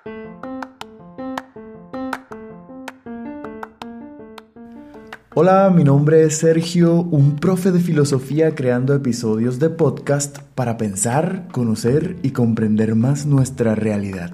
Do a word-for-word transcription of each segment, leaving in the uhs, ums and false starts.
Hola, mi nombre es Sergio, un profe de filosofía creando episodios de podcast para pensar, conocer y comprender más nuestra realidad.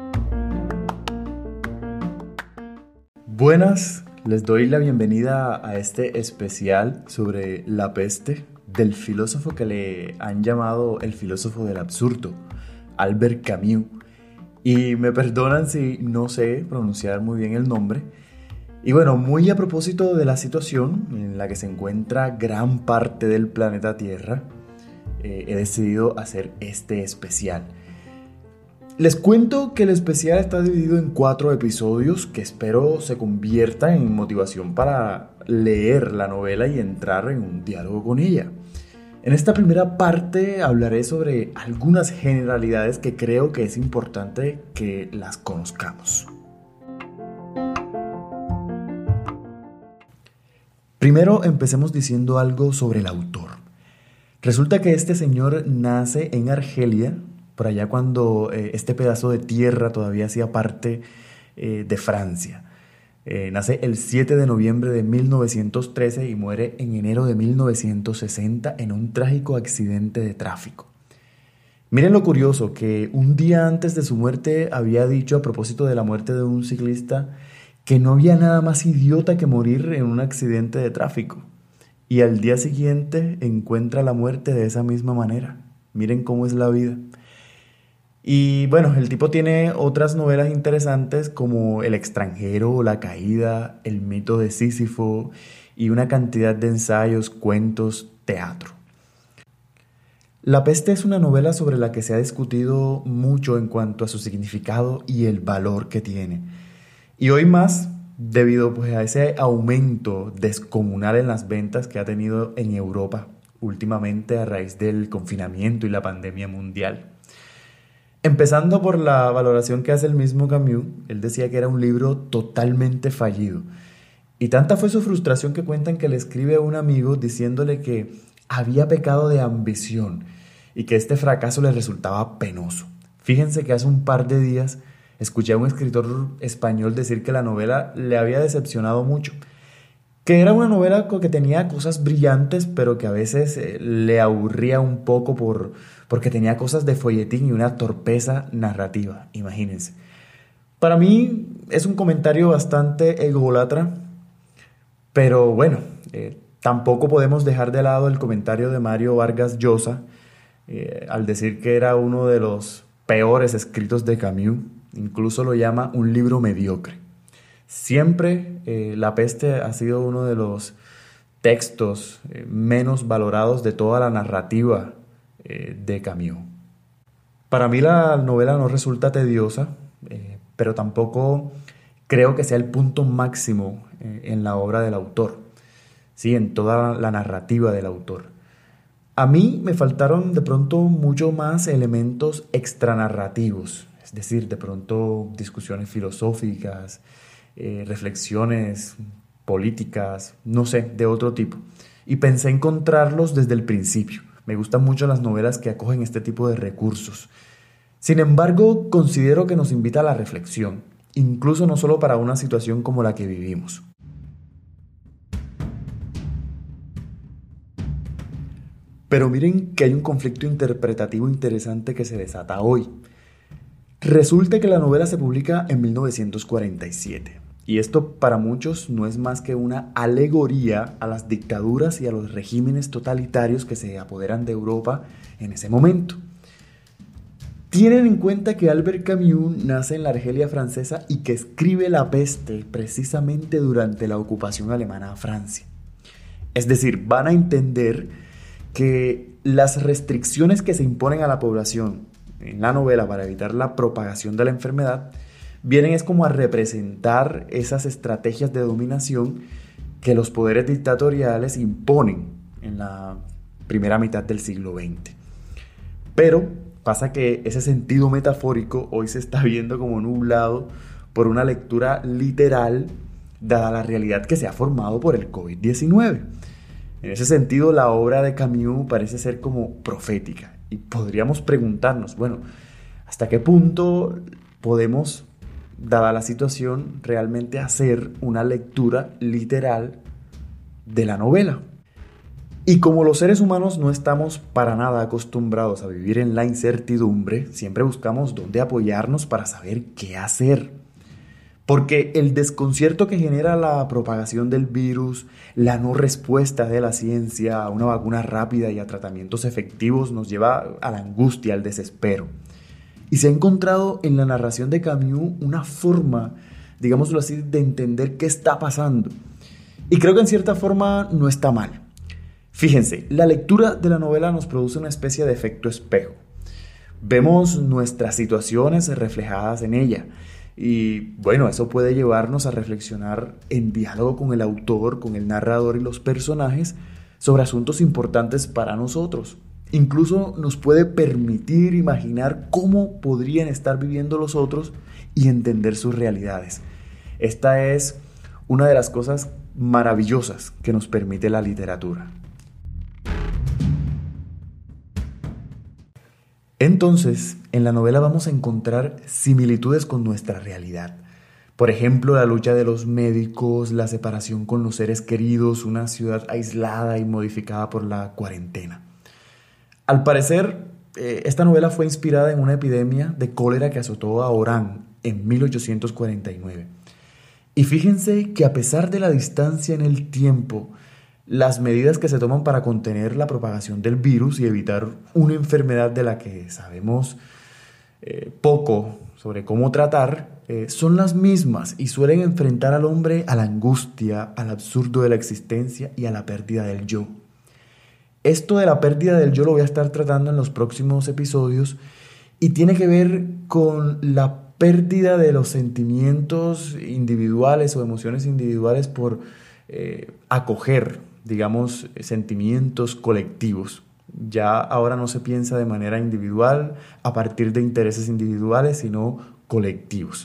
Buenas, les doy la bienvenida a este especial sobre la peste del filósofo que le han llamado el filósofo del absurdo, Albert Camus. Y me perdonan si no sé pronunciar muy bien el nombre. Y bueno, muy a propósito de la situación en la que se encuentra gran parte del planeta Tierra, eh, he decidido hacer este especial. Les cuento que el especial está dividido en cuatro episodios que espero se conviertan en motivación para leer la novela y entrar en un diálogo con ella. En esta primera parte hablaré sobre algunas generalidades que creo que es importante que las conozcamos. Primero empecemos diciendo algo sobre el autor. Resulta que este señor nace en Argelia, por allá cuando eh, este pedazo de tierra todavía hacía parte eh, de Francia. Eh, nace el siete de noviembre de mil novecientos trece y muere en enero de mil novecientos sesenta en un trágico accidente de tráfico. Miren lo curioso, que un día antes de su muerte había dicho a propósito de la muerte de un ciclista que no había nada más idiota que morir en un accidente de tráfico. Y al día siguiente encuentra la muerte de esa misma manera. Miren cómo es la vida. Y bueno, el tipo tiene otras novelas interesantes como El extranjero, La caída, El mito de Sísifo y una cantidad de ensayos, cuentos, teatro. La peste es una novela sobre la que se ha discutido mucho en cuanto a su significado y el valor que tiene. Y hoy más, debido pues, a ese aumento descomunal en las ventas que ha tenido en Europa últimamente a raíz del confinamiento y la pandemia mundial. Empezando por la valoración que hace el mismo Camus, él decía que era un libro totalmente fallido. Y tanta fue su frustración que cuentan que le escribe a un amigo diciéndole que había pecado de ambición y que este fracaso le resultaba penoso. Fíjense que hace un par de días escuché a un escritor español decir que la novela le había decepcionado mucho, que era una novela que tenía cosas brillantes, pero que a veces eh, le aburría un poco por, porque tenía cosas de folletín y una torpeza narrativa, imagínense. Para mí es un comentario bastante ególatra, pero bueno, eh, tampoco podemos dejar de lado el comentario de Mario Vargas Llosa, eh, al decir que era uno de los peores escritos de Camus. Incluso lo llama un libro mediocre. Siempre eh, La peste ha sido uno de los textos eh, menos valorados de toda la narrativa eh, de Camus. Para mí la novela no resulta tediosa, eh, pero tampoco creo que sea el punto máximo eh, en la obra del autor, sí, en toda la narrativa del autor. A mí me faltaron de pronto mucho más elementos extranarrativos. Es decir, de pronto discusiones filosóficas, eh, reflexiones políticas, no sé, de otro tipo. Y pensé encontrarlos desde el principio. Me gustan mucho las novelas que acogen este tipo de recursos. Sin embargo, considero que nos invita a la reflexión, incluso no solo para una situación como la que vivimos. Pero miren que hay un conflicto interpretativo interesante que se desata hoy. Resulta que la novela se publica en mil novecientos cuarenta y siete, y esto para muchos no es más que una alegoría a las dictaduras y a los regímenes totalitarios que se apoderan de Europa en ese momento. Tienen en cuenta que Albert Camus nace en la Argelia francesa y que escribe La peste precisamente durante la ocupación alemana a Francia. Es decir, van a entender que las restricciones que se imponen a la población en la novela para evitar la propagación de la enfermedad, vienen es como a representar esas estrategias de dominación que los poderes dictatoriales imponen en la primera mitad del siglo veinte. Pero pasa que ese sentido metafórico hoy se está viendo como nublado por una lectura literal, dada la realidad que se ha formado por el covid diecinueve. En ese sentido, la obra de Camus parece ser como profética. Y podríamos preguntarnos, bueno, ¿hasta qué punto podemos, dada la situación, realmente hacer una lectura literal de la novela. Y como los seres humanos no estamos para nada acostumbrados a vivir en la incertidumbre, siempre buscamos dónde apoyarnos para saber qué hacer. Porque el desconcierto que genera la propagación del virus, la no respuesta de la ciencia a una vacuna rápida y a tratamientos efectivos nos lleva a la angustia, al desespero. Y se ha encontrado en la narración de Camus una forma, digámoslo así, de entender qué está pasando. Y creo que en cierta forma no está mal. Fíjense, la lectura de la novela nos produce una especie de efecto espejo. Vemos nuestras situaciones reflejadas en ella. Y bueno, eso puede llevarnos a reflexionar en diálogo con el autor, con el narrador y los personajes sobre asuntos importantes para nosotros. Incluso nos puede permitir imaginar cómo podrían estar viviendo los otros y entender sus realidades. Esta es una de las cosas maravillosas que nos permite la literatura. Entonces, en la novela vamos a encontrar similitudes con nuestra realidad. Por ejemplo, la lucha de los médicos, la separación con los seres queridos, una ciudad aislada y modificada por la cuarentena. Al parecer, eh, esta novela fue inspirada en una epidemia de cólera que azotó a Orán en mil ochocientos cuarenta y nueve. Y fíjense que a pesar de la distancia en el tiempo, las medidas que se toman para contener la propagación del virus y evitar una enfermedad de la que sabemos eh, poco sobre cómo tratar, eh, son las mismas y suelen enfrentar al hombre a la angustia, al absurdo de la existencia y a la pérdida del yo. Esto de la pérdida del yo lo voy a estar tratando en los próximos episodios y tiene que ver con la pérdida de los sentimientos individuales o emociones individuales por eh, acoger, digamos, sentimientos colectivos. Ya ahora no se piensa de manera individual, a partir de intereses individuales, sino colectivos.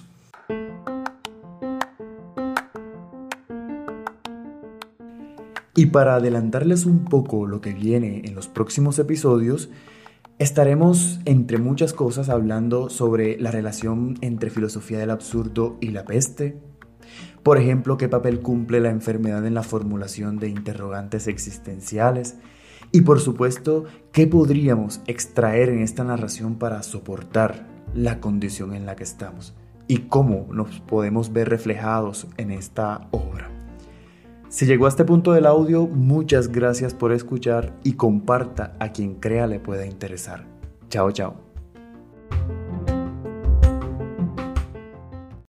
Y para adelantarles un poco lo que viene en los próximos episodios, estaremos, entre muchas cosas, hablando sobre la relación entre filosofía del absurdo y la peste. Por ejemplo, qué papel cumple la enfermedad en la formulación de interrogantes existenciales. Y por supuesto, qué podríamos extraer en esta narración para soportar la condición en la que estamos. Y cómo nos podemos ver reflejados en esta obra. Si llegó a este punto del audio, muchas gracias por escuchar y comparta a quien crea le pueda interesar. Chao, chao.